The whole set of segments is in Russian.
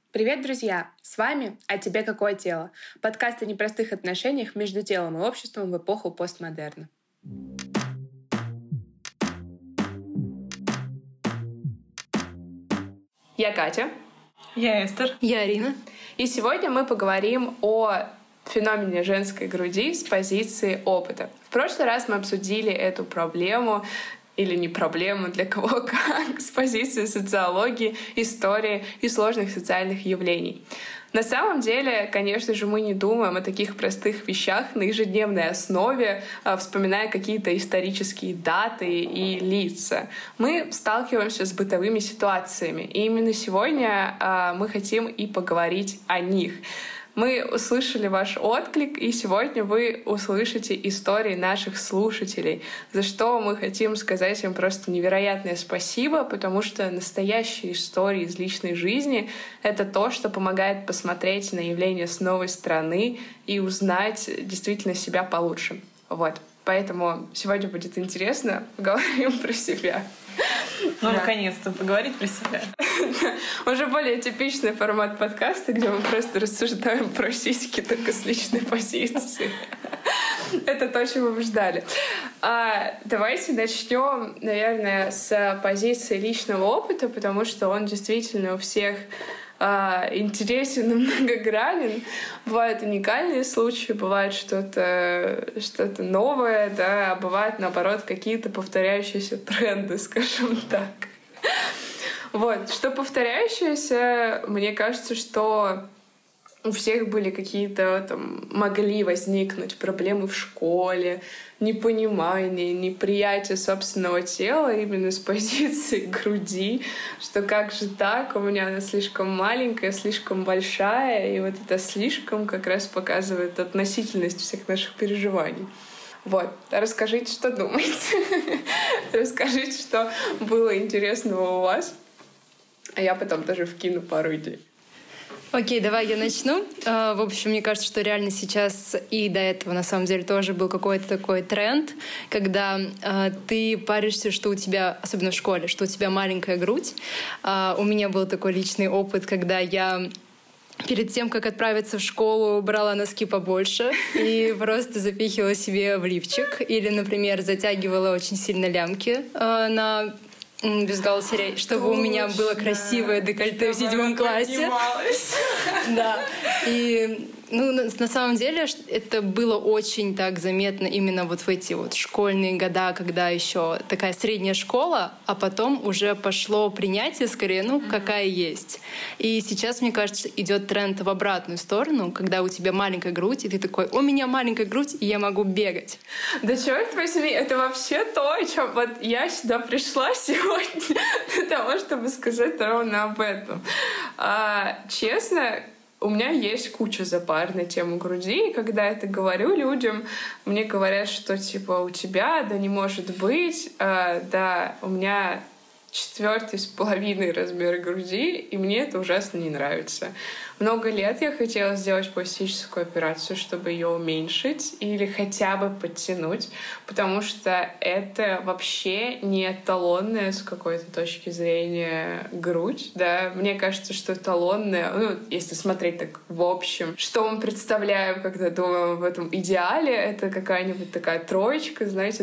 Привет, друзья! С вами «А тебе какое тело?» Подкаст о непростых отношениях между телом и обществом в эпоху постмодерна. Я Катя. Я Эстер. Я Арина. И сегодня мы поговорим о феномене женской груди с позиции опыта. В прошлый раз мы обсудили эту проблему или не проблему, для кого как, с позиции социологии, истории и сложных социальных явлений. На самом деле, конечно же, мы не думаем о таких простых вещах на ежедневной основе, вспоминая какие-то исторические даты и лица. Мы сталкиваемся с бытовыми ситуациями, и именно сегодня мы хотим и поговорить о них. Мы услышали ваш отклик, и сегодня вы услышите истории наших слушателей, за что мы хотим сказать им просто невероятное спасибо, потому что настоящие истории из личной жизни — это то, что помогает посмотреть на явления с новой стороны и узнать действительно себя получше. Вот. Поэтому сегодня будет интересно, поговорим про себя. Ну, наконец-то, поговорить про себя. Уже более типичный формат подкаста, где мы просто рассуждаем про сиськи только с личной позиции. Это то, чего вы ждали. Давайте начнем, наверное, с позиции личного опыта, потому что он действительно у всех интересен и многогранен. Бывают уникальные случаи, бывает что-то новое, да, а бывают, наоборот, какие-то повторяющиеся тренды, скажем так. Вот. Что повторяющееся, мне кажется, что у всех были какие-то могли возникнуть проблемы в школе, непонимание, неприятие собственного тела именно с позиции груди, что как же так, у меня она слишком маленькая, слишком большая, и вот это слишком как раз показывает относительность всех наших переживаний. Вот. Расскажите, что думаете. Расскажите, что было интересного у вас. А я потом тоже вкину пару идей. Окей, давай я начну. В общем, мне кажется, что реально сейчас и до этого, на самом деле, тоже был какой-то такой тренд, когда ты паришься, что у тебя, особенно в школе, что у тебя маленькая грудь. У меня был такой личный опыт, когда я перед тем, как отправиться в школу, брала носки побольше и просто запихивала себе в лифчик. Или, например, затягивала очень сильно лямки на бюстгальтере, чтобы у меня было красивое декольте в 7 классе. Да. И на самом деле это было очень так заметно именно вот в эти вот школьные года, когда еще такая средняя школа, а потом уже пошло принятие скорее, какая есть. И сейчас, мне кажется, идет тренд в обратную сторону, когда у тебя маленькая грудь, и ты такой: у меня маленькая грудь, и я могу бегать. Да черт возьми, это вообще то, о чем вот я сюда пришла сегодня для того, чтобы сказать ровно об этом. Честно, у меня есть куча запар на тему груди, и когда я это говорю людям, мне говорят, что типа у тебя, да не может быть, да, у меня 4,5 размер груди, и мне это ужасно не нравится. Много лет я хотела сделать пластическую операцию, чтобы ее уменьшить или хотя бы подтянуть, потому что это вообще не эталонная с какой-то точки зрения грудь. Да? Мне кажется, что эталонная, если смотреть так в общем, что мы представляем, когда думаем об этом идеале, это какая-нибудь такая троечка, знаете,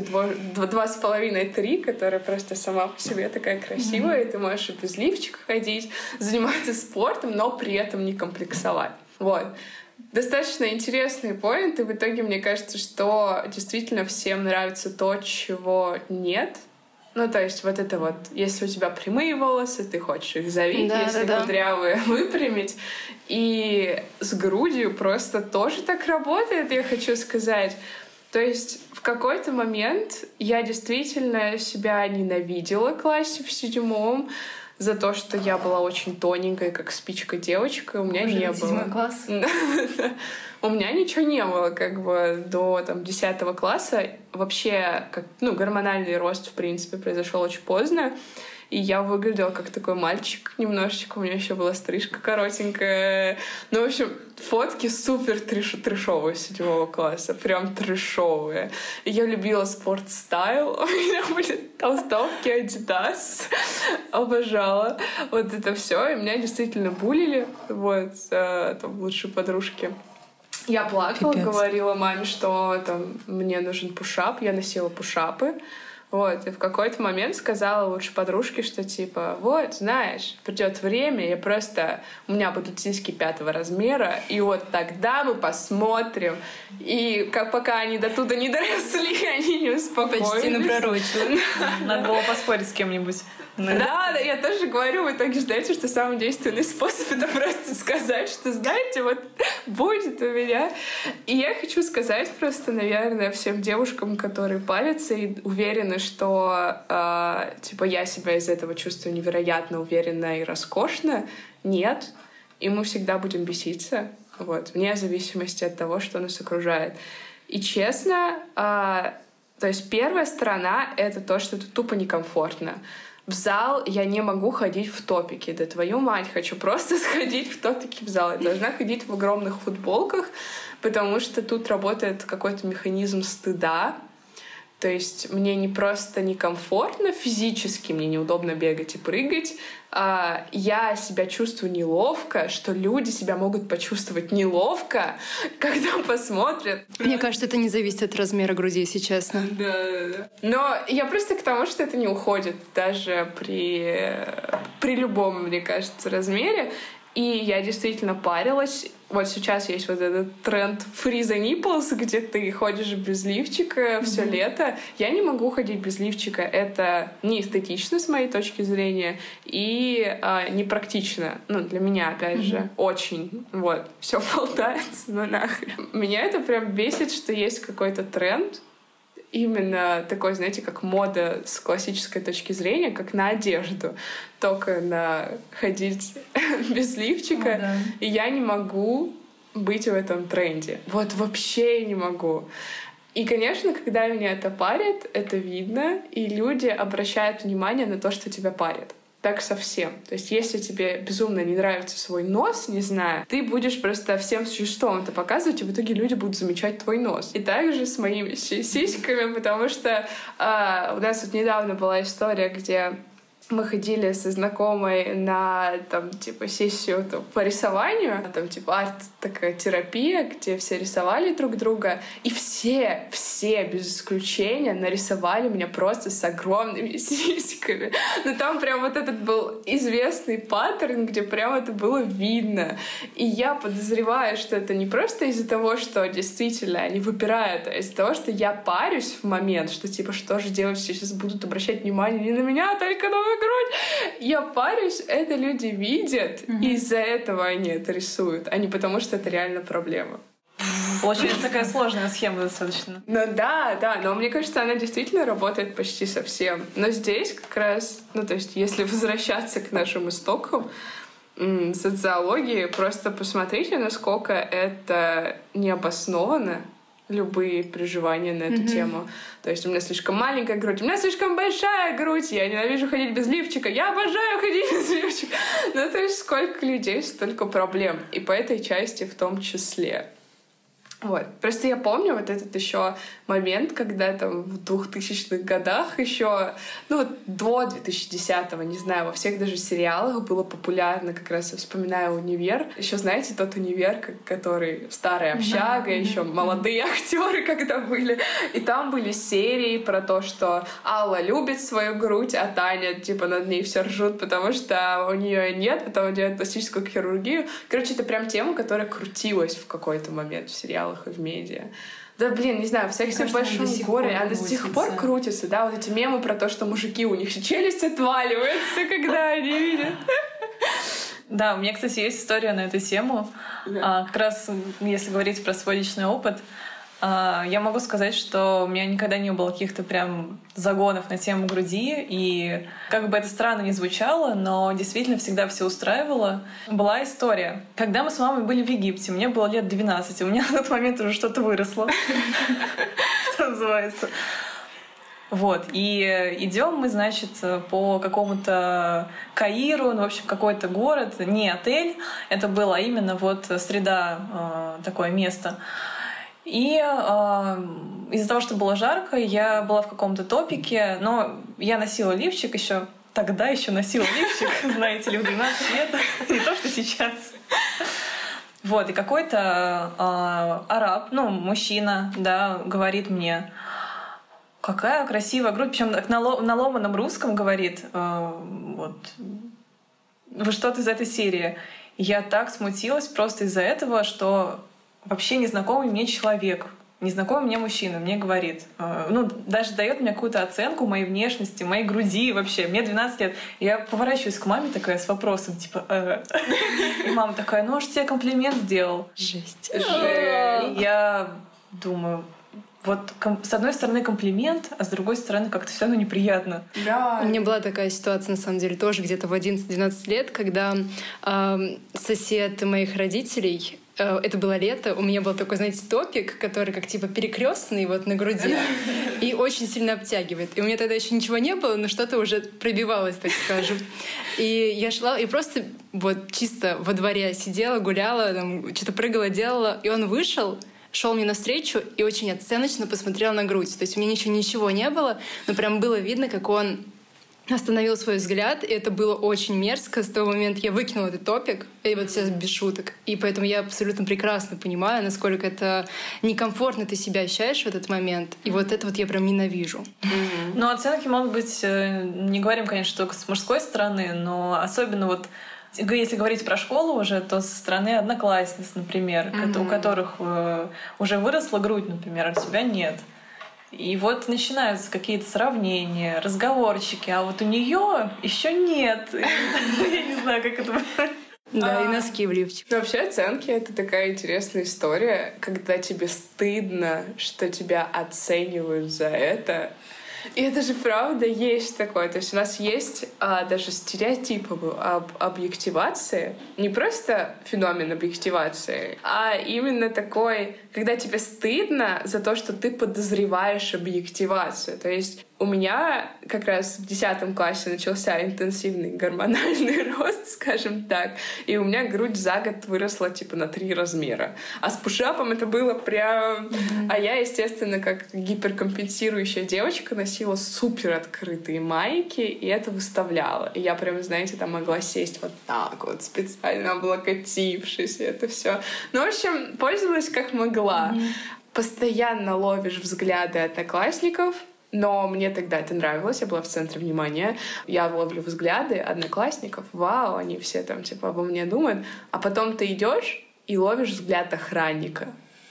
2,5-3, которая просто сама по себе такая красивая, и ты можешь и без лифчика ходить, заниматься спортом, но при этом не комплексовать. Вот. Достаточно интересные поинты. В итоге, мне кажется, что действительно всем нравится то, чего нет. То есть вот это вот, если у тебя прямые волосы, ты хочешь их завить, если кудрявые, выпрямить. И с грудью просто тоже так работает, я хочу сказать. То есть в какой-то момент я действительно себя ненавидела в классе в 7 за то, что я была очень тоненькой, как спичка девочка. У меня не было. 7 класс? У меня ничего не было до 10 класса. Вообще, гормональный рост, в принципе, произошел очень поздно. и я выглядела как такой мальчик немножечко, у меня еще была стрижка коротенькая. Ну, в общем, фотки супер трешовые 7 класса, прям трешовые. И я любила спортстайл, у меня были толстовки Adidas, обожала вот это все, и меня действительно булили, вот, там, лучшие подружки. Я плакала, Пипец. говорила маме, что там, мне нужен пушап, я носила пушапы. Вот, и в какой-то момент сказала лучшей подружке, что типа, вот, знаешь, придет время, у меня будут сиськи 5 размера, и вот тогда мы посмотрим. И пока они до туда не доросли, они не успокоились. Почти напророчила. Надо было поспорить с кем-нибудь. Да, я тоже говорю, в итоге ждете, что самый действенный способ — это просто сказать, что, знаете, вот будет у меня. И я хочу сказать просто, наверное, всем девушкам, которые парятся и уверены, что типа я себя из этого чувствую невероятно уверенно и роскошно. Нет. И мы всегда будем беситься, вот, вне зависимости от того, что нас окружает. И честно, то есть первая сторона — это то, что это тупо некомфортно. В зал я не могу ходить в топике. Да твою мать, хочу просто сходить в топике в зал. Я должна ходить в огромных футболках, потому что тут работает какой-то механизм стыда. То есть мне не просто некомфортно физически, мне неудобно бегать и прыгать, я себя чувствую неловко, что люди себя могут почувствовать неловко, когда посмотрят. Мне кажется, это не зависит от размера груди, если честно. Да. Но я просто к тому, что это не уходит даже при любом, мне кажется, размере. И я действительно парилась. Вот сейчас есть вот этот тренд free the nipples, где ты ходишь без лифчика все лето. Я не могу ходить без лифчика. Это не эстетично, с моей точки зрения, и непрактично. Ну, для меня, опять же, очень. Вот. Все болтается, ну нахрен. Меня это прям бесит, что есть какой-то тренд, именно такой, знаете, как мода с классической точки зрения, как на одежду, только на ходить без лифчика. Да. И я не могу быть в этом тренде. Вот вообще не могу. И, конечно, когда меня это парит, это видно, и люди обращают внимание на то, что тебя парит. Так совсем. То есть если тебе безумно не нравится свой нос, не знаю, ты будешь просто всем существом это показывать, и в итоге люди будут замечать твой нос. И также с моими сиськами, потому что у нас вот недавно была история, где мы ходили со знакомой на там, типа, сессию там, по рисованию, там, типа, арт, такая терапия, где все рисовали друг друга, и все без исключения нарисовали меня просто с огромными сиськами. Но там прям вот этот был известный паттерн, где прям это было видно. И я подозреваю, что это не просто из-за того, что действительно они выпирают, а из-за того, что я парюсь в момент, что типа, что же делать, сейчас будут обращать внимание не на меня, а только на мою грудь. Я парюсь, это люди видят, и из-за этого они это рисуют, а не потому, что это реально проблема. Получается такая сложная схема достаточно. Ну да, но мне кажется, она действительно работает почти совсем. Но здесь как раз, ну то есть если возвращаться к нашим истокам, социологии, просто посмотрите, насколько это необоснованно, любые переживания на эту тему. То есть у меня слишком маленькая грудь, у меня слишком большая грудь, я ненавижу ходить без лифчика, я обожаю ходить без лифчика. Ну, то есть сколько людей, столько проблем. И по этой части в том числе. Вот. Просто я помню вот этот еще момент, когда там в 2000-х годах еще, ну вот до 2010-го, не знаю, во всех даже сериалах было популярно, как раз я вспоминаю «Универ». Еще знаете, тот «Универ», который старая общага, еще молодые актеры когда были. И там были серии про то, что Алла любит свою грудь, а Таня, типа, над ней все ржут, потому что у нее нет, потом делают пластическую хирургию. Короче, это прям тема, которая крутилась в какой-то момент в сериалах и в медиа. Да, блин, не знаю, в «Сексе в большом городе», она до сих пор крутится, да, вот эти мемы про то, что мужики, у них челюсть отваливается, когда они видят. Да, у меня, кстати, есть история на эту тему. Как раз, если говорить про свой личный опыт, я могу сказать, что у меня никогда не было каких-то прям загонов на тему груди, и как бы это странно ни звучало, но действительно всегда все устраивало. Была история. Когда мы с мамой были в Египте, мне было лет 12, у меня на тот момент уже что-то выросло, что называется. Вот, и идем мы, значит, по какому-то Каиру, ну, в общем, какой-то город, не отель, это было именно вот среда, такое место. И из-за того, что было жарко, я была в каком-то топике, но я носила лифчик еще, тогда еще носила лифчик, знаете ли, в 12 лет, не то, что сейчас. Вот, и какой-то араб, ну, мужчина, да, говорит мне: какая красивая грудь, причем на ломаном русском говорит, вот, вы что-то из этой серии. Я так смутилась просто из-за этого, что вообще незнакомый мне человек, незнакомый мне мужчина мне говорит, ну, даже дает мне какую-то оценку моей внешности, моей груди вообще. Мне 12 лет. Я поворачиваюсь к маме такая с вопросом, типа... И мама такая: ну, уж тебе комплимент сделал. Жесть. Я думаю... Вот с одной стороны комплимент, а с другой стороны как-то все равно неприятно. Да. У меня была такая ситуация, на самом деле, тоже где-то в 11-12 лет, когда сосед моих родителей, это было лето, у меня был такой, знаете, топик, который как типа перекрестный вот на груди и очень сильно обтягивает. И у меня тогда еще ничего не было, но что-то уже пробивалось, так скажем. И я шла и просто вот чисто во дворе сидела, гуляла, там, что-то прыгала, делала, и он вышел, шел мне навстречу и очень оценочно посмотрел на грудь. То есть у меня ничего не было, но прям было видно, как он остановил свой взгляд, и это было очень мерзко. С того момента я выкинула этот топик, и вот сейчас без шуток. И поэтому я абсолютно прекрасно понимаю, насколько это некомфортно ты себя ощущаешь в этот момент. И вот это вот я прям ненавижу. Ну, оценки могут быть, не говорим, конечно, только с мужской стороны, но особенно вот если говорить про школу уже, то со стороны одноклассниц, например, у которых уже выросла грудь, например, а у тебя нет. И вот начинаются какие-то сравнения, разговорчики, а вот у нее еще нет. Я не знаю, как это... Да, и носки в лифчик. Вообще оценки — это такая интересная история, когда тебе стыдно, что тебя оценивают за это. И это же правда есть такое. То есть у нас есть даже стереотип об объективации. Не просто феномен объективации, а именно такой, когда тебе стыдно за то, что ты подозреваешь объективацию. То есть у меня как раз в 10 классе начался интенсивный гормональный рост, скажем так, и у меня грудь за год выросла типа на 3 размера. А с пушапом это было прям... А я, естественно, как гиперкомпенсирующая девочка, носила супер открытые майки, и это выставляла. И я прям, знаете, там могла сесть вот так вот, специально облокотившись, и это все. Ну, в общем, пользовалась как могла. Постоянно ловишь взгляды одноклассников, но мне тогда это нравилось, я была в центре внимания. Я ловлю взгляды одноклассников, вау, они все там типа обо мне думают. А потом ты идешь и ловишь взгляд охранника.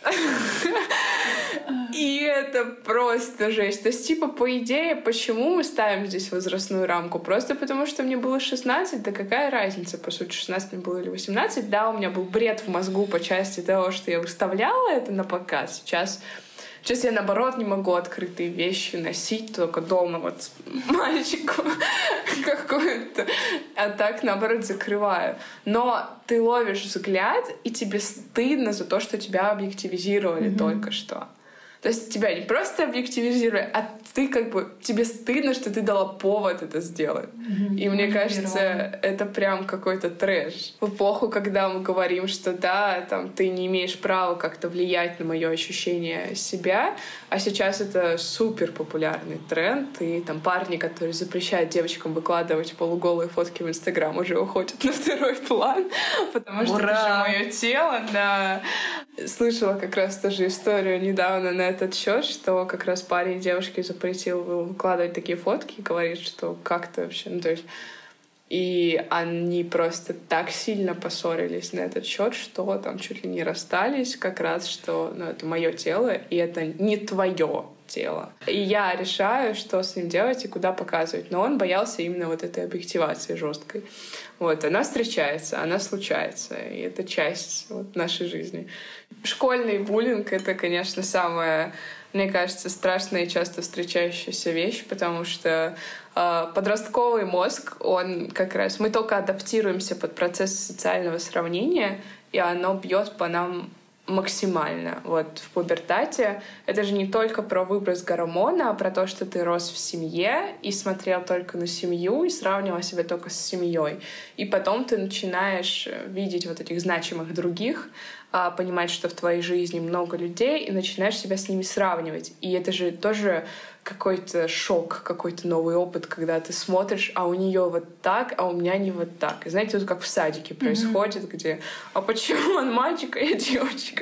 И это просто жесть. То есть, типа, по идее, почему мы ставим здесь возрастную рамку? Просто потому, что мне было 16, да какая разница, по сути, 16 мне было или 18. Да, у меня был бред в мозгу по части того, что я выставляла это на показ. Сейчас я, наоборот, не могу открытые вещи носить, только дома вот мальчику какую-то. А так, наоборот, закрываю. Но ты ловишь взгляд, и тебе стыдно за то, что тебя объективизировали только что. То есть тебя не просто объективизировали, а ты как бы... Тебе стыдно, что ты дала повод это сделать. И мне кажется, это прям какой-то трэш. В эпоху, когда мы говорим, что да, там, ты не имеешь права как-то влиять на мое ощущение себя, а сейчас это супер популярный тренд, и там парни, которые запрещают девочкам выкладывать полуголые фотки в Инстаграм, уже уходят на второй план, потому что это же мое тело, да. Слышала как раз тоже историю недавно на этот счет, что как раз парень девушке запретил выкладывать такие фотки и говорит, что как-то вообще, ну то есть, и они просто так сильно поссорились на этот счет, что там чуть ли не расстались, как раз, что ну, это мое тело, и это не твое тело. И я решаю, что с ним делать и куда показывать. Но он боялся именно вот этой объективации жесткой. Вот, она встречается, она случается, и это часть вот нашей жизни. Школьный буллинг — это, конечно, самая, мне кажется, страшная и часто встречающаяся вещь, потому что подростковый мозг, он как раз... Мы только адаптируемся под процесс социального сравнения, и оно бьет по нам максимально. Вот в пубертате это же не только про выброс гормона, а про то, что ты рос в семье и смотрел только на семью и сравнивал себя только с семьей. И потом ты начинаешь видеть вот этих значимых других, понимать, что в твоей жизни много людей, и начинаешь себя с ними сравнивать. И это же тоже какой-то шок, какой-то новый опыт, когда ты смотришь, а у нее вот так, а у меня не вот так. И знаете, вот как в садике происходит, где «А почему он мальчик, а я девочка?»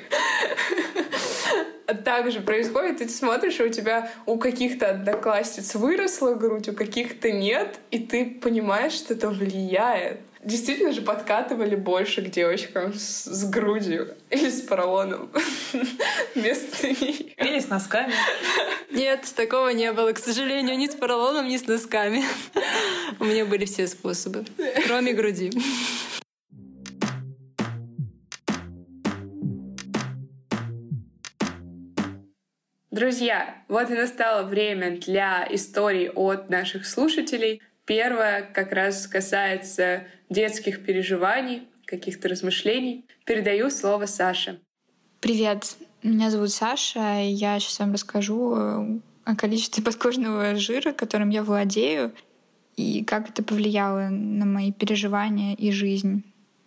Так же происходит, и ты смотришь, и у тебя у каких-то одноклассниц выросла грудь, у каких-то нет, и ты понимаешь, что это влияет. Действительно же подкатывали больше к девочкам с грудью или с поролоном вместо них. Или с носками. Нет, такого не было. К сожалению, ни с поролоном, ни с носками. У меня были все способы, кроме груди. Друзья, вот и настало время для историй от наших слушателей. Первое как раз касается детских переживаний, каких-то размышлений. Передаю слово Саше. Привет, меня зовут Саша, и я сейчас вам расскажу о количестве подкожного жира, которым я владею, и как это повлияло на мои переживания и жизнь.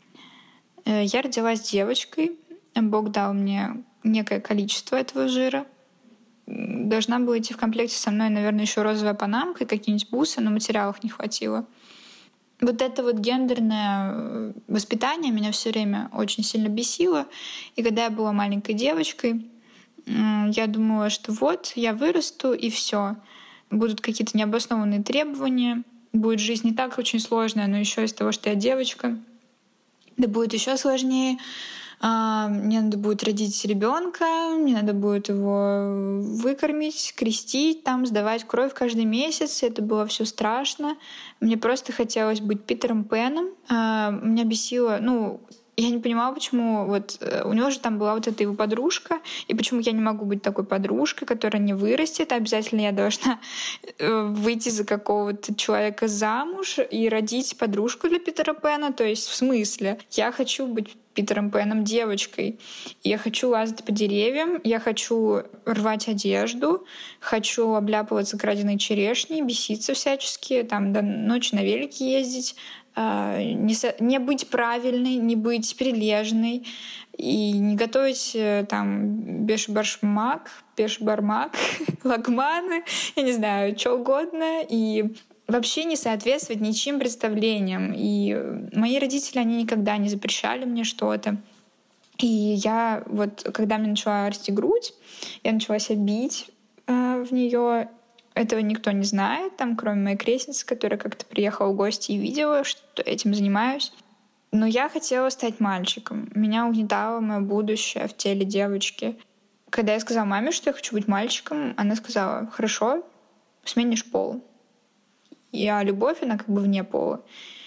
Я родилась девочкой, Бог дал мне некое количество этого жира. Должна была идти в комплекте со мной, наверное, еще розовая панамка и какие-нибудь бусы, но материалов не хватило. Вот это вот гендерное воспитание меня все время очень сильно бесило. И когда я была маленькой девочкой, я думала, что вот, я вырасту, и все. Будут какие-то необоснованные требования, будет жизнь не так очень сложная, но еще из того, что я девочка, да будет еще сложнее. Мне надо будет родить ребенка, мне надо будет его выкормить, крестить, там, сдавать кровь каждый месяц. Это было все страшно. Мне просто хотелось быть Питером Пэном. Меня бесило, я не понимала, почему вот у него же там была вот эта его подружка, и почему я не могу быть такой подружкой, которая не вырастет, обязательно я должна выйти за какого-то человека замуж и родить подружку для Питера Пэна. То есть в смысле? Я хочу быть Питером Пэном девочкой. Я хочу лазать по деревьям, я хочу рвать одежду, хочу обляпываться краденой черешней, беситься всячески, там до ночи на велике ездить, не быть правильной, не быть прилежной и не готовить там бешбармак, лагманы, я не знаю, что угодно, и вообще не соответствовать ничьим представлениям. И мои родители, они никогда не запрещали мне что-то. И я вот, когда мне начала расти грудь, я начала себя бить в нее. Этого никто не знает, там, кроме моей крестницы, которая как-то приехала в гости и видела, что этим занимаюсь. Но я хотела стать мальчиком. Меня угнетало мое будущее в теле девочки. Когда я сказала маме, что я хочу быть мальчиком, она сказала: «Хорошо, сменишь пол». А любовь, она как бы вне пола.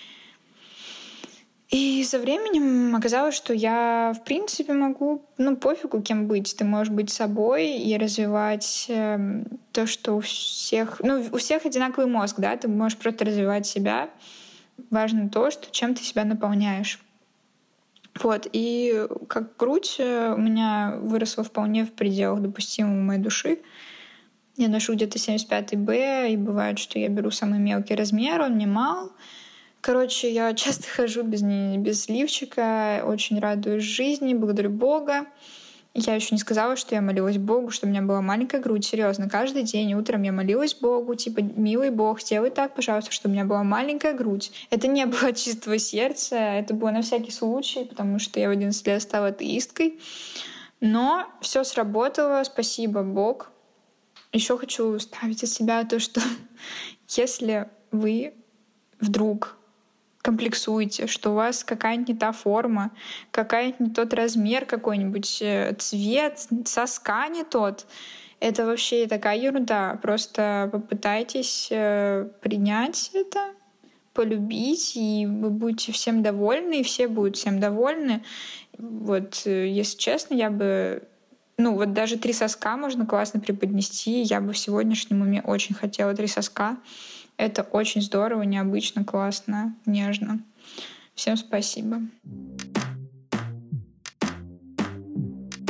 И со временем оказалось, что я, в принципе, могу, пофигу, кем быть. Ты можешь быть собой и развивать то, что у всех... у всех одинаковый мозг, да? Ты можешь просто развивать себя. Важно то, что чем ты себя наполняешь. Вот. И как грудь у меня выросла вполне в пределах допустимого моей души. Я ношу где-то 75-Б, и бывает, что я беру самый мелкий размер, он мне мал. Короче, я часто хожу без лифчика, очень радуюсь жизни, благодарю Бога. Я еще не сказала, что я молилась Богу, что у меня была маленькая грудь. Серьезно, каждый день утром я молилась Богу, «Милый Бог, сделай так, пожалуйста, чтобы у меня была маленькая грудь». Это не было от чистого сердца, это было на всякий случай, потому что я в 11 лет стала атеисткой. Но все сработало, спасибо, Бог. Еще хочу ставить от себя то, что если вы вдруг комплексуете, что у вас какая-нибудь не та форма, какая-нибудь не тот размер какой-нибудь, цвет, соска не тот, это вообще такая ерунда. Просто попытайтесь принять это, полюбить, и вы будете всем довольны, и все будут всем довольны. Вот, если честно, я бы... даже 3 соска можно классно преподнести. Я бы в сегодняшнем уме очень хотела 3 соска. Это очень здорово, необычно, классно, нежно. Всем спасибо.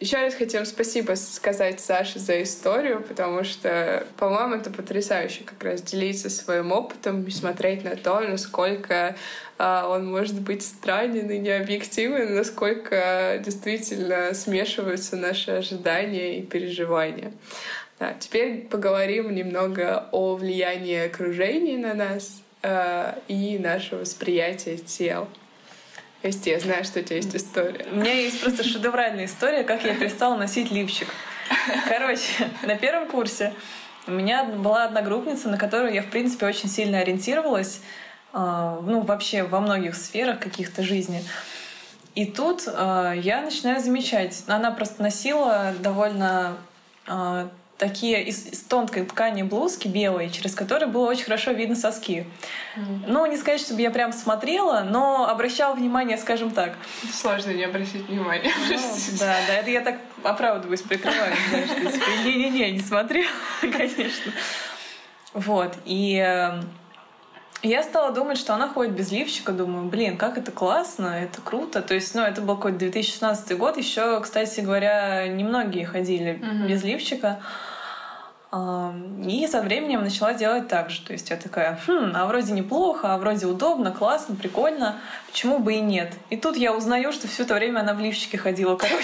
Еще раз хотим спасибо сказать Саше за историю, потому что, по-моему, это потрясающе как раз делиться своим опытом и смотреть на то, насколько он может быть странен и необъективен, насколько действительно смешиваются наши ожидания и переживания. Да, теперь поговорим немного о влиянии окружения на нас и наше восприятие тел. Ести, я знаю, что у тебя есть история. У меня есть просто шедевральная история, как я перестала носить лифчик. Короче, на первом курсе у меня была одногруппница, на которую я, в принципе, очень сильно ориентировалась, вообще во многих сферах каких-то жизни. И тут я начинаю замечать, она просто носила довольно такие из тонкой ткани блузки белые, через которые было очень хорошо видно соски. Ну, не сказать, чтобы я прям смотрела, но обращала внимание, скажем так. Сложно не обращать внимания. Да, это я так оправдываюсь, прикрываюсь, да, что типа, не смотрела, конечно. Вот, и я стала думать, что она ходит без лифчика. Думаю, блин, как это классно, это круто. То есть, это был какой-то 2016 год. Еще, кстати говоря, немногие ходили без лифчика. И со временем начала делать так же. То есть я такая, а вроде неплохо, а вроде удобно, классно, прикольно. Почему бы и нет? И тут я узнаю, что все это время она в лифчике ходила, короче.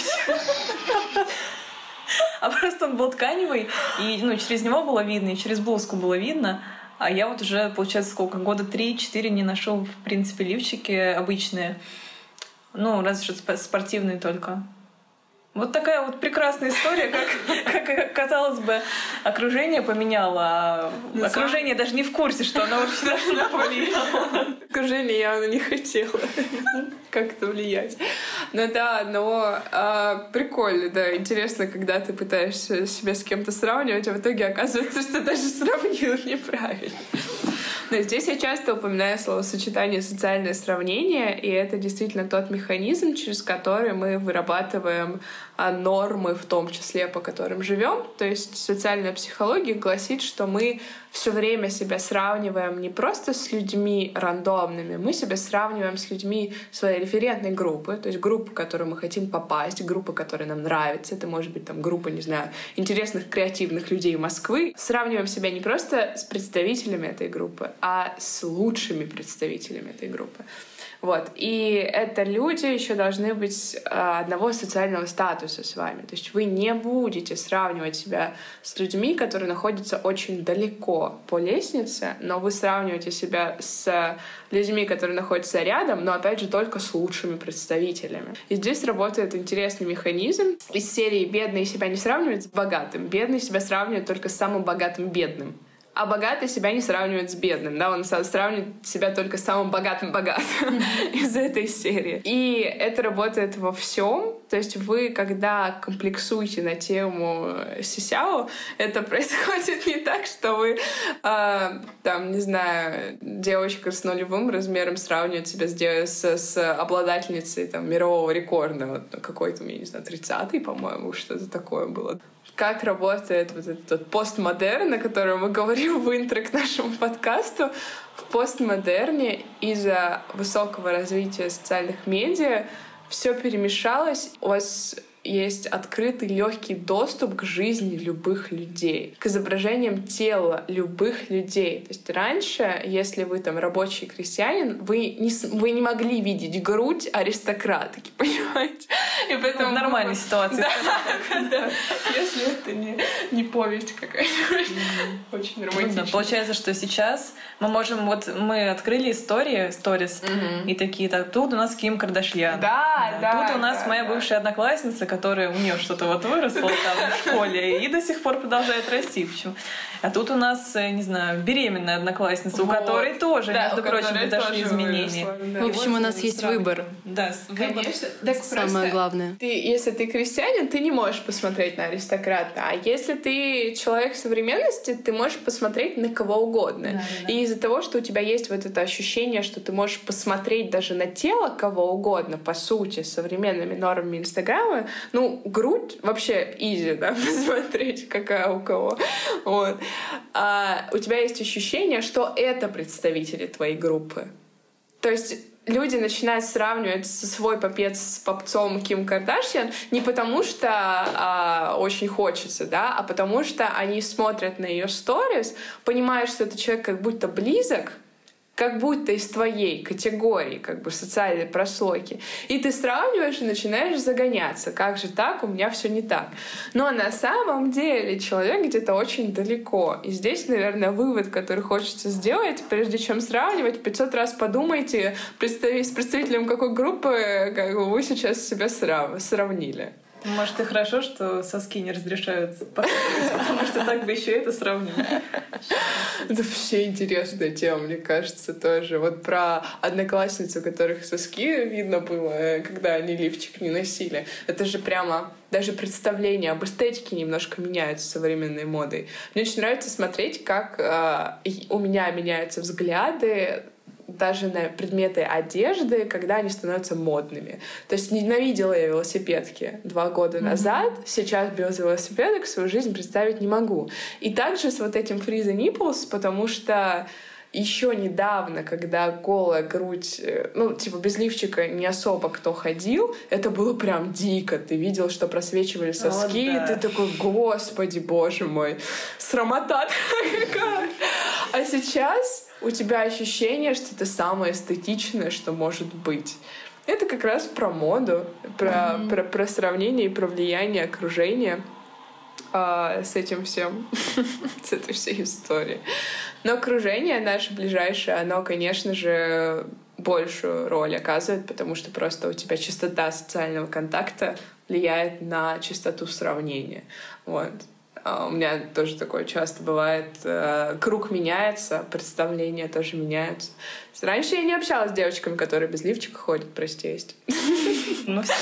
А просто он был тканевый, и через него было видно, и через блузку было видно. А я вот уже, получается, сколько? Года 3-4 не ношу, в принципе, лифчики обычные. Разве что спортивные только. Вот такая вот прекрасная история, как казалось бы, окружение поменяло, а окружение даже не в курсе, что оно вообще на что-то повлияло. Окружение явно не хотело как-то влиять. Прикольно, да, интересно, когда ты пытаешься себя с кем-то сравнивать, а в итоге оказывается, что даже сравнил неправильно. Но здесь я часто упоминаю словосочетание «социальное сравнение», и это действительно тот механизм, через который мы вырабатываем нормы, в том числе, по которым живем. То есть социальная психология гласит, что мы все время себя сравниваем не просто с людьми рандомными, мы себя сравниваем с людьми своей референтной группы, то есть группы, в которую мы хотим попасть, группы, которые нам нравятся. Это может быть группа, не знаю, интересных, креативных людей Москвы. Сравниваем себя не просто с представителями этой группы, а с лучшими представителями этой группы. Вот. И это люди еще должны быть одного социального статуса с вами. То есть вы не будете сравнивать себя с людьми, которые находятся очень далеко по лестнице, но вы сравниваете себя с людьми, которые находятся рядом, но опять же только с лучшими представителями. И здесь работает интересный механизм. Из серии «Бедные себя не сравнивают с богатым», бедные себя сравнивают только с самым богатым бедным. А богатый себя не сравнивает с бедным, да, он сравнивает себя только с самым богатым из этой серии. И это работает во всем. То есть вы, когда комплексуете на тему сисяо, это происходит не так, что вы, не знаю, девочка с нулевым размером сравнивает себя с обладательницей мирового рекорда. Вот какой-то, я не знаю, 30-й, по-моему, что-то такое было. Как работает вот этот постмодерн, о котором мы говорим в интро к нашему подкасту. В постмодерне из-за высокого развития социальных медиа все перемешалось. У вас есть открытый легкий доступ к жизни любых людей, к изображениям тела любых людей. То есть раньше, если вы рабочий крестьянин, вы не могли видеть грудь аристократки, понимаете? И поэтому в нормальной ситуации. Да, если это не повесть какая-нибудь. Очень романтично. Получается, что сейчас мы открыли сторис, и такие, тут у нас Ким Кардашьян. Тут у нас моя бывшая одноклассница, которая у нее что-то выросло в школе и до сих пор продолжает расти. Почему? А тут у нас, не знаю, беременная одноклассница, у которой тоже, между прочим, произошли изменения. В общем, у нас есть выбор. Да, выбор. Самое главное. Если ты крестьянин, ты не можешь посмотреть на аристократа. А если ты человек современности, ты можешь посмотреть на кого угодно. Да. И из-за того, что у тебя есть вот это ощущение, что ты можешь посмотреть даже на тело кого угодно, по сути, с современными нормами Инстаграма, грудь вообще изи, да, посмотреть, какая у кого. Вот. А у тебя есть ощущение, что это представители твоей группы. То есть люди начинают сравнивать свой попец с попцом Ким Кардашьян не потому, что очень хочется, да, а потому что они смотрят на ее сторис, понимают, что этот человек как будто близок, как будто из твоей категории, как бы социальной прослойки. И ты сравниваешь и начинаешь загоняться. Как же так? У меня все не так. Но на самом деле человек где-то очень далеко. И здесь, наверное, вывод, который хочется сделать, прежде чем сравнивать, 500 раз подумайте, с представителем какой группы как бы вы сейчас себя сравнили. Может, и хорошо, что соски не разрешают показывать, потому что так бы еще это сравнили. Это вообще интересная тема, мне кажется, тоже. Вот про одноклассниц, у которых соски видно было, когда они лифчик не носили. Это же прямо даже представление об эстетике немножко меняется с современной модой. Мне очень нравится смотреть, как у меня меняются взгляды даже на предметы одежды, когда они становятся модными. То есть ненавидела я велосипедки 2 года назад, сейчас без велосипедок свою жизнь представить не могу. И также с вот этим Free the Nipples, потому что еще недавно, когда голая грудь, ну, типа, без лифчика не особо кто ходил, это было прям дико. Ты видел, что просвечивали соски, и ты такой, господи, боже мой, срамота какая. А сейчас у тебя ощущение, что это самое эстетичное, что может быть. Это как раз про моду, про сравнение и про влияние окружения с этим всем, с этой всей историей. Но окружение наше ближайшее, оно, конечно же, большую роль оказывает, потому что просто у тебя частота социального контакта влияет на частоту сравнения. Вот. У меня тоже такое часто бывает. Круг меняется, представления тоже меняются. Раньше я не общалась с девочками, которые без лифчика ходят, прости, есть. Ну все.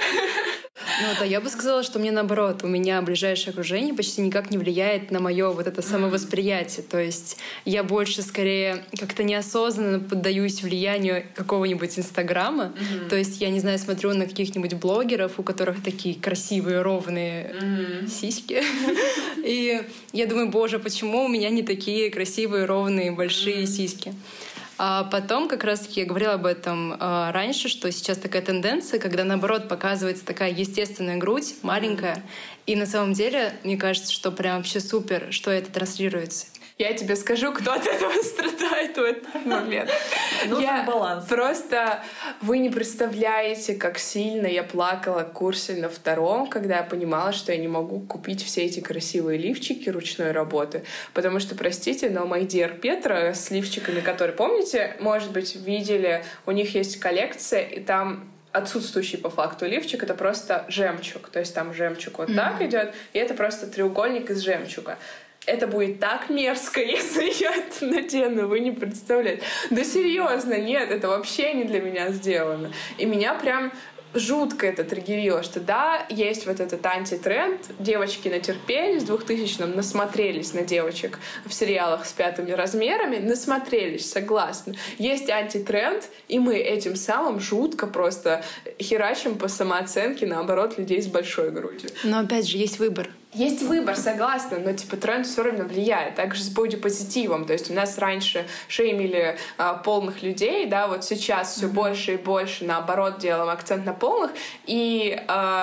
Ну да, я бы сказала, что мне наоборот, у меня ближайшее окружение почти никак не влияет на мое вот это самовосприятие. То есть я больше скорее как-то неосознанно поддаюсь влиянию какого-нибудь Инстаграма. То есть я, не знаю, смотрю на каких-нибудь блогеров, у которых такие красивые, ровные сиськи. И я думаю, боже, почему у меня не такие красивые, ровные, большие сиськи? А потом, как раз-таки, я говорила об этом раньше, что сейчас такая тенденция, когда, наоборот, показывается такая естественная грудь, маленькая. И на самом деле, мне кажется, что прям вообще супер, что это транслируется. Я тебе скажу, кто от этого страдает в этот момент. Нужен баланс. Просто вы не представляете, как сильно я плакала в курсе на 2, когда я понимала, что я не могу купить все эти красивые лифчики ручной работы. Потому что, простите, но My Dear Petra с лифчиками, которые, помните, может быть, видели, у них есть коллекция, и там отсутствующий по факту лифчик — это просто жемчуг. То есть там жемчуг вот так идет, и это просто треугольник из жемчуга. Это будет так мерзко, если я это надену, вы не представляете. Да серьезно, нет, это вообще не для меня сделано. И меня прям жутко это триггерило, что да, есть вот этот антитренд, девочки натерпелись, в 2000-м насмотрелись на девочек в сериалах с 5 размерами, насмотрелись, согласна. Есть антитренд, и мы этим самым жутко просто херачим по самооценке, наоборот, людей с большой грудью. Но опять же, есть выбор. Есть выбор, согласна, но типа тренд все равно влияет. Также с бодипозитивом. То есть у нас раньше шеймили полных людей, да, вот сейчас все больше и больше, наоборот, делаем акцент на полных. И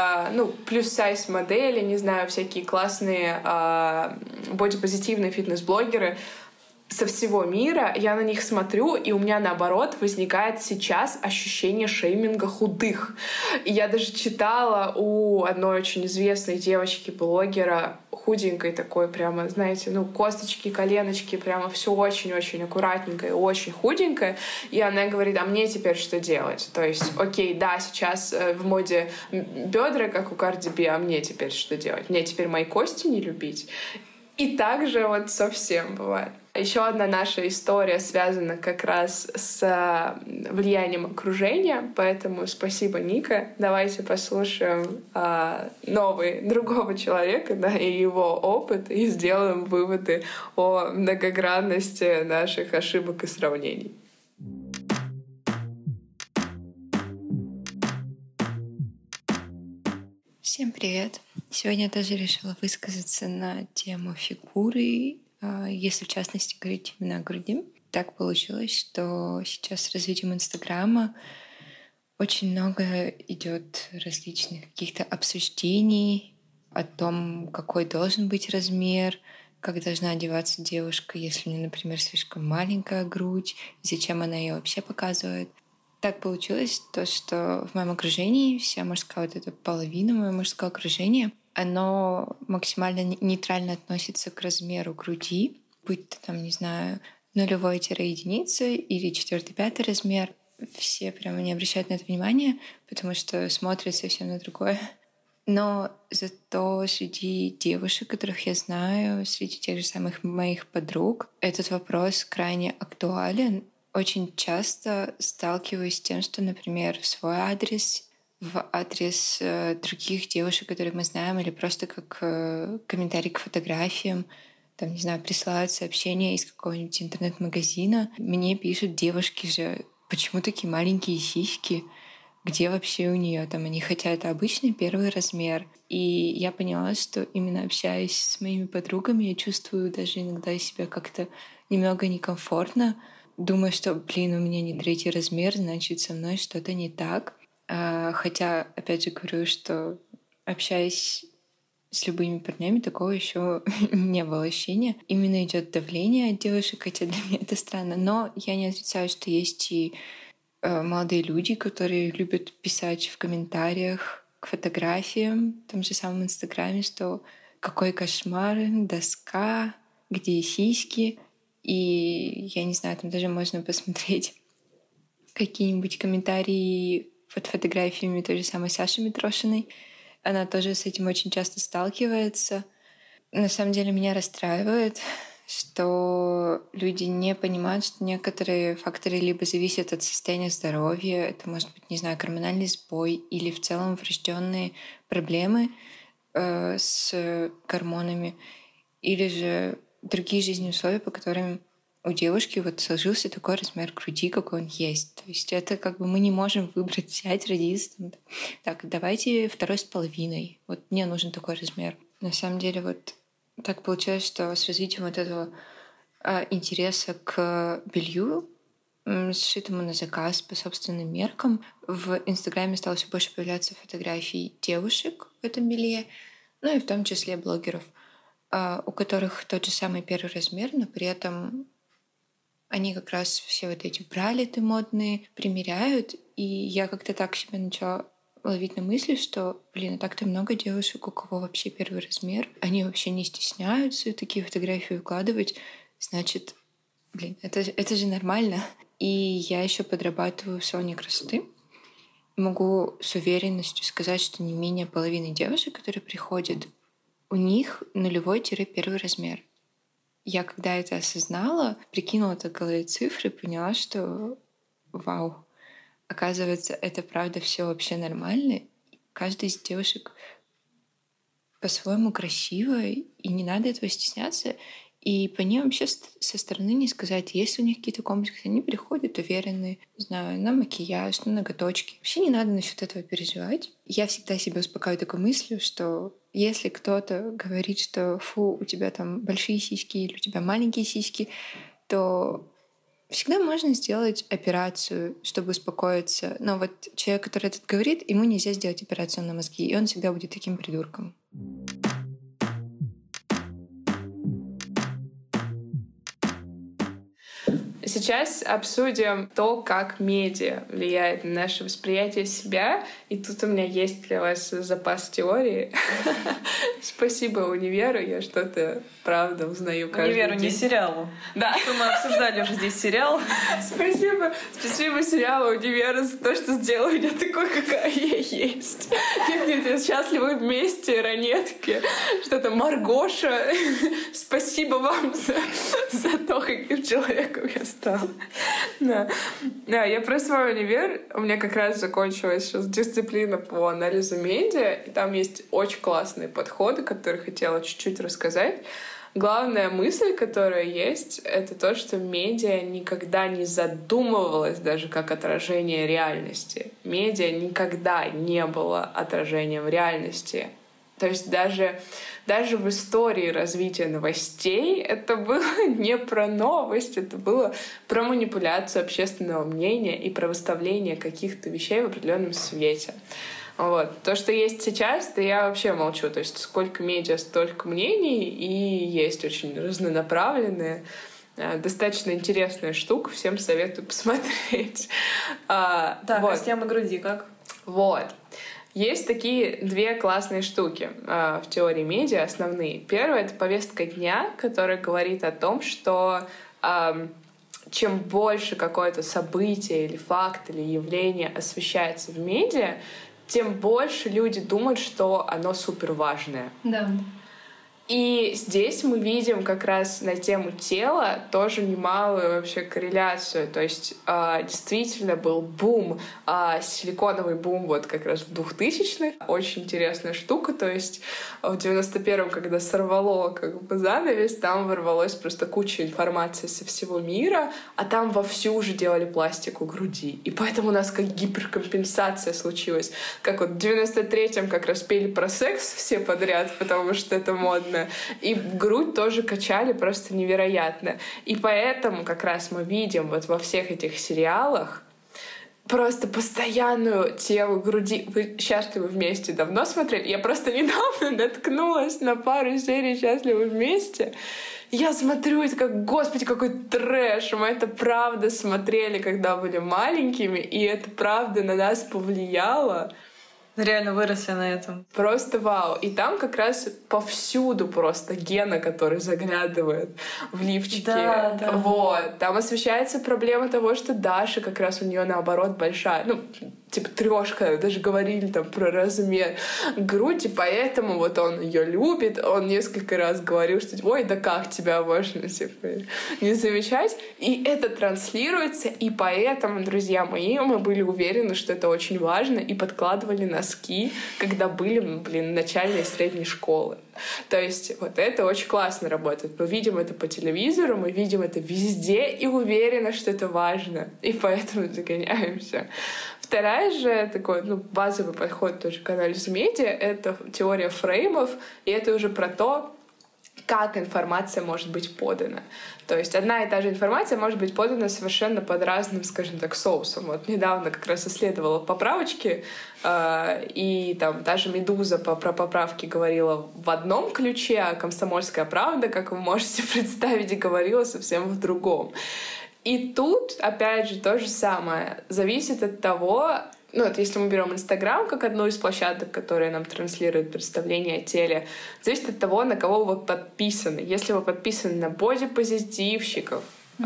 плюс-сайз модели, не знаю, всякие классные бодипозитивные фитнес-блогеры со всего мира, я на них смотрю, и у меня, наоборот, возникает сейчас ощущение шейминга худых. И я даже читала у одной очень известной девочки-блогера, худенькой такой, прямо, знаете, косточки, коленочки, прямо все очень-очень аккуратненькое, очень худенькое. И она говорит, а мне теперь что делать? То есть, окей, да, сейчас в моде бедра, как у Cardi B, а мне теперь что делать? Мне теперь мои кости не любить? И также вот совсем бывает. Еще одна наша история связана как раз с влиянием окружения, поэтому спасибо, Ника. Давайте послушаем другого человека, да, и его опыт, и сделаем выводы о многогранности наших ошибок и сравнений. Всем привет! Сегодня я тоже решила высказаться на тему фигуры, если в частности говорить именно о груди. так получилось, что сейчас с развитием Инстаграма очень много идет различных каких-то обсуждений о том, какой должен быть размер, как должна одеваться девушка, если у нее, например, слишком маленькая грудь, зачем она ее вообще показывает. Так получилось то, что в моем окружении вся мужская вот эта половина моего мужского окружения, оно максимально нейтрально относится к размеру груди, будь то там, не знаю, 0-единица или 4-5 размер. Все прямо не обращают на это внимания, потому что смотрят совсем на другое. Но зато среди девушек, которых я знаю, среди тех же самых моих подруг, этот вопрос крайне актуален. Очень часто сталкиваюсь с тем, что, например, в свой адрес, в адрес других девушек, которых мы знаем, или просто как комментарий к фотографиям, там, не знаю, присылают сообщения из какого-нибудь интернет-магазина. Мне пишут девушки же, почему такие маленькие сиськи? Где вообще у нее там? Они хотят обычный первый размер. И я поняла, что именно общаясь с моими подругами, я чувствую даже иногда себя как-то немного некомфортно. Думаю, что, блин, у меня не 3 размер, значит, со мной что-то не так. Хотя, опять же, говорю, что общаясь с любыми парнями, такого еще не было ощущения. Именно идет давление от девушек, хотя для меня это странно. Но я не отрицаю, что есть и молодые люди, которые любят писать в комментариях к фотографиям, в том же самом Инстаграме, что какой кошмар, доска, где сиськи. И я не знаю, там даже можно посмотреть какие-нибудь комментарии под фотографиями той же самой Саши Митрошиной. Она тоже с этим очень часто сталкивается. На самом деле меня расстраивает, что люди не понимают, что некоторые факторы либо зависят от состояния здоровья, это может быть, не знаю, гормональный сбой или в целом врожденные проблемы с гормонами, или же другие жизненные условия, по которым у девушки вот сложился такой размер груди, какой он есть. То есть это как бы мы не можем выбрать, взять, родиться. Так, давайте 2,5. Вот мне нужен такой размер. На самом деле вот так получилось, что с развитием вот этого интереса к белью, сшитому на заказ по собственным меркам, в Инстаграме стало все больше появляться фотографий девушек в этом белье, ну и в том числе блогеров, у которых тот же самый первый размер, но при этом они как раз все вот эти бралеты модные примеряют, и я как-то так себя начала ловить на мысли, что, блин, а так-то много девушек, у кого вообще первый размер. Они вообще не стесняются такие фотографии выкладывать. Значит, блин, это же нормально. И я еще подрабатываю в салоне красоты. Могу с уверенностью сказать, что не менее половины девушек, которые приходят, у них 0-1 размер. Я когда это осознала, прикинула так в голове цифры, поняла, что вау, оказывается, это правда все вообще нормально. Каждая из девушек по-своему красивая, и не надо этого стесняться. И по ним вообще со стороны не сказать, если у них какие-то комплексы, они приходят уверенные, не знаю, на макияж, на ноготочки. Вообще не надо насчет этого переживать. Я всегда себя успокаиваю такой мыслью, что если кто-то говорит, что фу, у тебя там большие сиськи или у тебя маленькие сиськи, то всегда можно сделать операцию, чтобы успокоиться. Но вот человек, который это говорит, ему нельзя сделать операцию на мозги, и он всегда будет таким придурком. Сейчас обсудим то, как медиа влияет на наше восприятие себя. И тут у меня есть для вас запас теории. Спасибо универу, я что-то, правда, узнаю каждый день. Универу, не сериалу. Да. Что мы обсуждали уже здесь сериал. Спасибо сериалу «Универ» за то, что сделал меня такой, какая я есть. Нет, счастливы вместе, ранетки, что-то Маргоша. Спасибо вам за то, каким человеком я стала. Да, я про свой универ. У меня как раз закончилась сейчас дисциплина по анализу медиа, и там есть очень классные подходы, которые хотела чуть-чуть рассказать. Главная мысль, которая есть, это то, что медиа никогда не задумывалась даже как отражение реальности. Медиа никогда не было отражением реальности. То есть даже в истории развития новостей это было не про новость, это было про манипуляцию общественного мнения и про выставление каких-то вещей в определенном свете. Вот. То, что есть сейчас, да я вообще молчу. То есть сколько медиа, столько мнений, и есть очень разнонаправленные. Достаточно интересная штука, всем советую посмотреть. Так, вот. А с темой груди как? Вот. Есть такие две классные штуки в теории медиа, основные. Первое — это повестка дня, которая говорит о том, что чем больше какое-то событие или факт или явление освещается в медиа, тем больше люди думают, что оно суперважное. Да. И здесь мы видим как раз на тему тела тоже немалую вообще корреляцию. То есть действительно был бум, силиконовый бум вот как раз в 2000-х. Очень интересная штука. То есть в 91-м, когда сорвало как бы занавес, там ворвалась просто куча информации со всего мира, а там вовсю уже делали пластику груди. И поэтому у нас как гиперкомпенсация случилась. Как вот в 93-м как раз пели про секс все подряд, потому что это модно. И грудь тоже качали просто невероятно. И поэтому как раз мы видим вот во всех этих сериалах просто постоянную тему груди. Вы «Счастливы вместе» давно смотрели? Я просто недавно наткнулась на пару серий «Счастливы вместе». Я смотрю, это как, господи, какой трэш. Мы это правда смотрели, когда были маленькими, и это правда на нас повлияло. Реально выросли на этом. Просто вау. И там как раз повсюду просто Гена, который заглядывает в лифчики. Да, да. Вот. Там освещается проблема того, что Даша как раз у нее наоборот большая. Ну, типа 3, даже говорили там про размер груди, поэтому вот он ее любит. Он несколько раз говорил, что ой, да как тебя можно типа не замечать. И это транслируется, и поэтому, друзья мои, мы были уверены, что это очень важно, и подкладывали носки, когда были, начальной и средней школы. То есть вот это очень классно работает. Мы видим это по телевизору, мы видим это везде и уверены, что это важно. И поэтому загоняемся. Вторая же такой базовый подход тоже к анализу медиа — это теория фреймов, и это уже про то, как информация может быть подана. То есть одна и та же информация может быть подана совершенно под разным, скажем так, соусом. Вот недавно как раз исследовала поправочки, и там та же «Медуза» про поправки говорила в одном ключе, а «Комсомольская правда», как вы можете представить, говорила совсем в другом. И тут, опять же, то же самое. Зависит от того, вот если мы берем Инстаграм как одну из площадок, которая нам транслирует представление о теле, зависит от того, на кого вы подписаны. Если вы подписаны на бодипозитивщиков,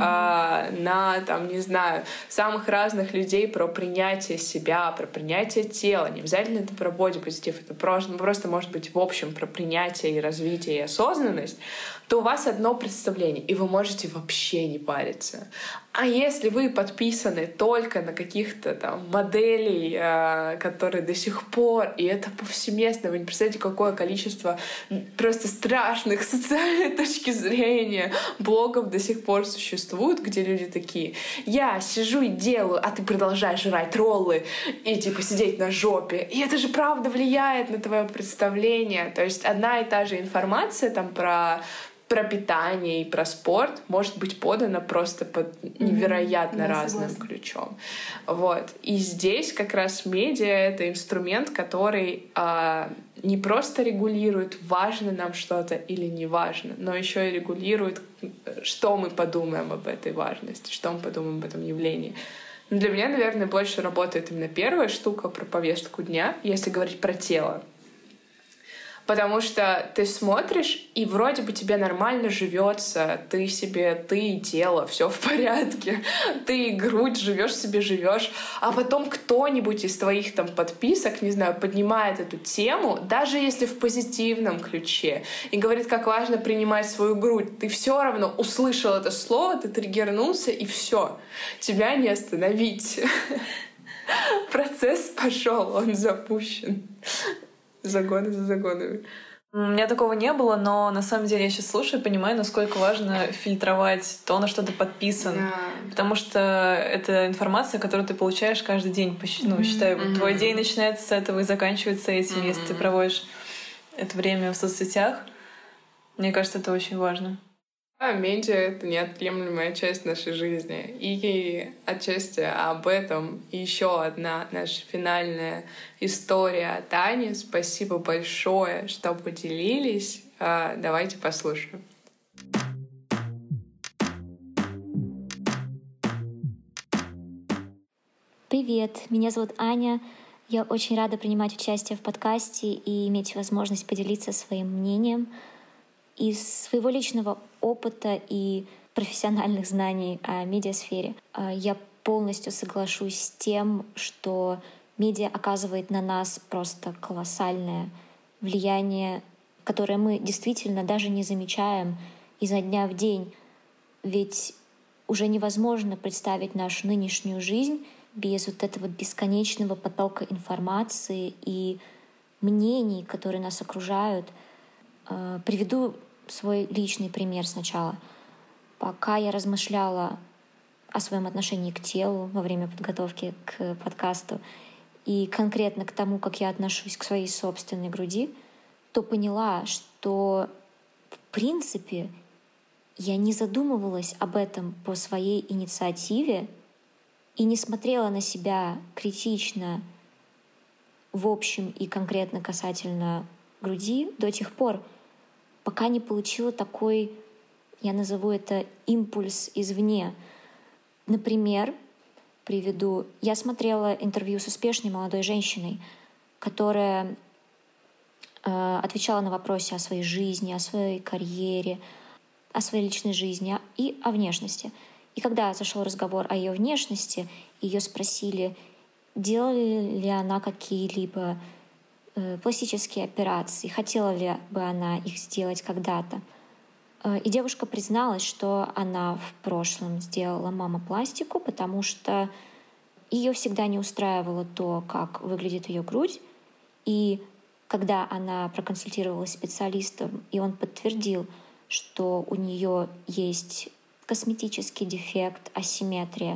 на, там, не знаю, самых разных людей про принятие себя, про принятие тела. Не обязательно это про бодипозитив, это просто может быть в общем про принятие и развитие и осознанность, то у вас одно представление, и вы можете вообще не париться. А если вы подписаны только на каких-то там моделей, которые до сих пор, и это повсеместно, вы не представляете, какое количество просто страшных с социальной точки зрения блогов до сих пор существует, где люди такие: я сижу и делаю, а ты продолжаешь жрать роллы и типа сидеть на жопе. И это же правда влияет на твое представление. То есть одна и та же информация там про питание и про спорт может быть подано просто под невероятно разным ключом. Вот. И здесь как раз медиа — это инструмент, который не просто регулирует, важно нам что-то или не важно, но еще и регулирует, что мы подумаем об этой важности, что мы подумаем об этом явлении. Но для меня, наверное, больше работает именно первая штука про повестку дня, если говорить про тело. Потому что ты смотришь, и вроде бы тебе нормально живется, ты и тело, все в порядке, ты и грудь живешь, а потом кто-нибудь из твоих там подписок, не знаю, поднимает эту тему, даже если в позитивном ключе, и говорит, как важно принимать свою грудь, ты все равно услышал это слово, ты триггернулся, и все, тебя не остановить. Процесс пошел, он запущен. Загоны за загонами. У меня такого не было, но на самом деле я сейчас слушаю и понимаю, насколько важно фильтровать то, на что ты подписан. Да. Потому что это информация, которую ты получаешь каждый день. Считай, твой день начинается с этого и заканчивается этим, если ты проводишь это время в соцсетях. Мне кажется, это очень важно. Медиа — это неотъемлемая часть нашей жизни. И отчасти об этом еще одна наша финальная история от Ани. Спасибо большое, что поделились. Давайте послушаем. Привет, меня зовут Аня. Я очень рада принимать участие в подкасте и иметь возможность поделиться своим мнением. Из своего личного опыта и профессиональных знаний о медиасфере я полностью соглашусь с тем, что медиа оказывает на нас просто колоссальное влияние, которое мы действительно даже не замечаем изо дня в день. Ведь уже невозможно представить нашу нынешнюю жизнь без вот этого бесконечного потока информации и мнений, которые нас окружают. Приведу свой личный пример сначала. Пока я размышляла о своем отношении к телу во время подготовки к подкасту и конкретно к тому, как я отношусь к своей собственной груди, то поняла, что в принципе я не задумывалась об этом по своей инициативе и не смотрела на себя критично в общем и конкретно касательно груди до тех пор, пока не получила такой, я назову это, импульс извне. Например, приведу, я смотрела интервью с успешной молодой женщиной, которая отвечала на вопросы о своей жизни, о своей карьере, о своей личной жизни и о внешности. И когда зашел разговор о ее внешности, ее спросили, делала ли она какие-либо пластические операции, хотела ли бы она их сделать когда-то. И девушка призналась, что она в прошлом сделала мамопластику, потому что ее всегда не устраивало то, как выглядит ее грудь. И когда она проконсультировалась с специалистом, и он подтвердил, что у нее есть косметический дефект, асимметрия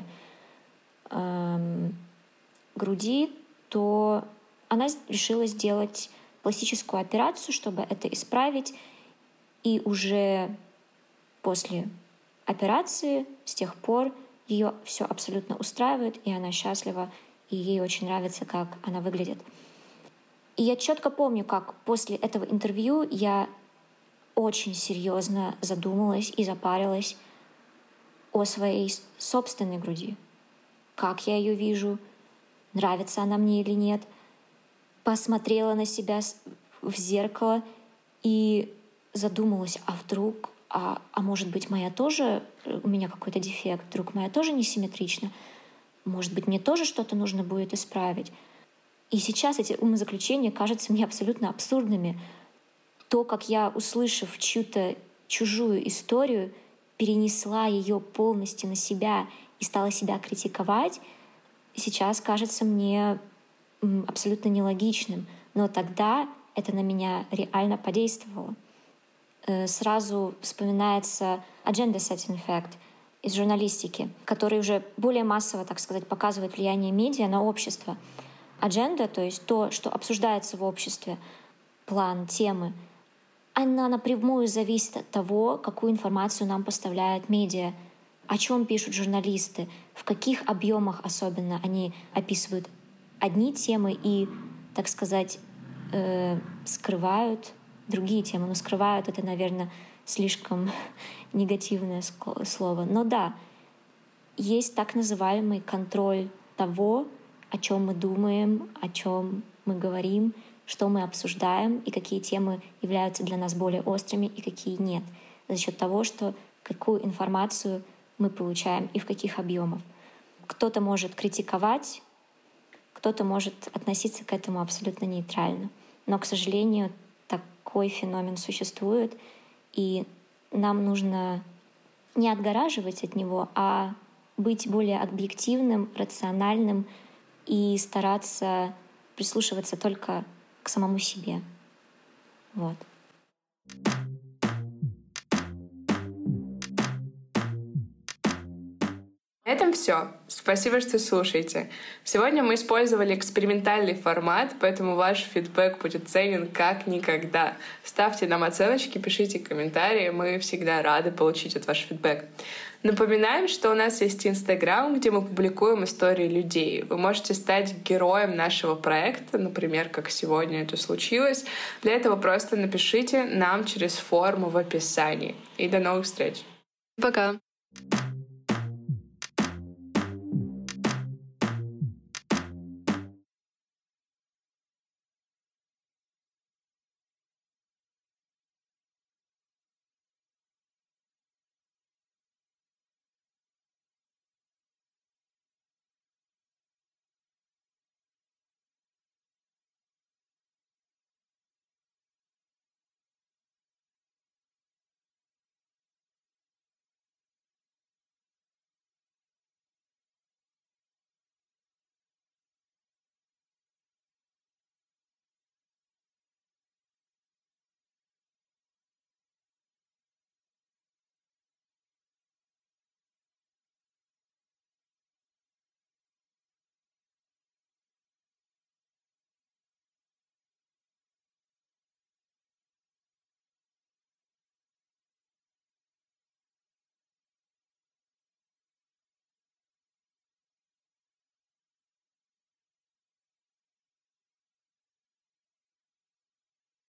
груди, то она решила сделать пластическую операцию, чтобы это исправить. И уже после операции, с тех пор, ее все абсолютно устраивает, и она счастлива, и ей очень нравится, как она выглядит. И я четко помню, как после этого интервью я очень серьезно задумалась и запарилась о своей собственной груди. Как я ее вижу, нравится она мне или нет. Посмотрела на себя в зеркало и задумалась, а вдруг, может быть, моя тоже, у меня какой-то дефект, вдруг моя тоже несимметрична, может быть, мне тоже что-то нужно будет исправить. И сейчас эти умозаключения кажутся мне абсолютно абсурдными. То, как я, услышав чью-то чужую историю, перенесла ее полностью на себя и стала себя критиковать, сейчас кажется мне абсолютно нелогичным. Но тогда это на меня реально подействовало. Сразу вспоминается agenda setting effect из журналистики, который уже более массово, так сказать, показывает влияние медиа на общество. Agenda, то есть то, что обсуждается в обществе, план, темы, она напрямую зависит от того, какую информацию нам поставляют медиа, о чем пишут журналисты, в каких объемах особенно они описывают одни темы и, так сказать, скрывают другие темы. Но скрывают — это, наверное, слишком негативное слово. Но да, есть так называемый контроль того, о чем мы думаем, о чем мы говорим, что мы обсуждаем и какие темы являются для нас более острыми и какие нет. За счет того, что какую информацию мы получаем и в каких объемах. Кто-то может критиковать, кто-то может относиться к этому абсолютно нейтрально. Но, к сожалению, такой феномен существует, и нам нужно не отгораживать от него, а быть более объективным, рациональным и стараться прислушиваться только к самому себе. Вот. На этом все. Спасибо, что слушаете. Сегодня мы использовали экспериментальный формат, поэтому ваш фидбэк будет ценен как никогда. Ставьте нам оценочки, пишите комментарии. Мы всегда рады получить ваш фидбэк. Напоминаем, что у нас есть Инстаграм, где мы публикуем истории людей. Вы можете стать героем нашего проекта, например, как сегодня это случилось. Для этого просто напишите нам через форму в описании. И до новых встреч. Пока.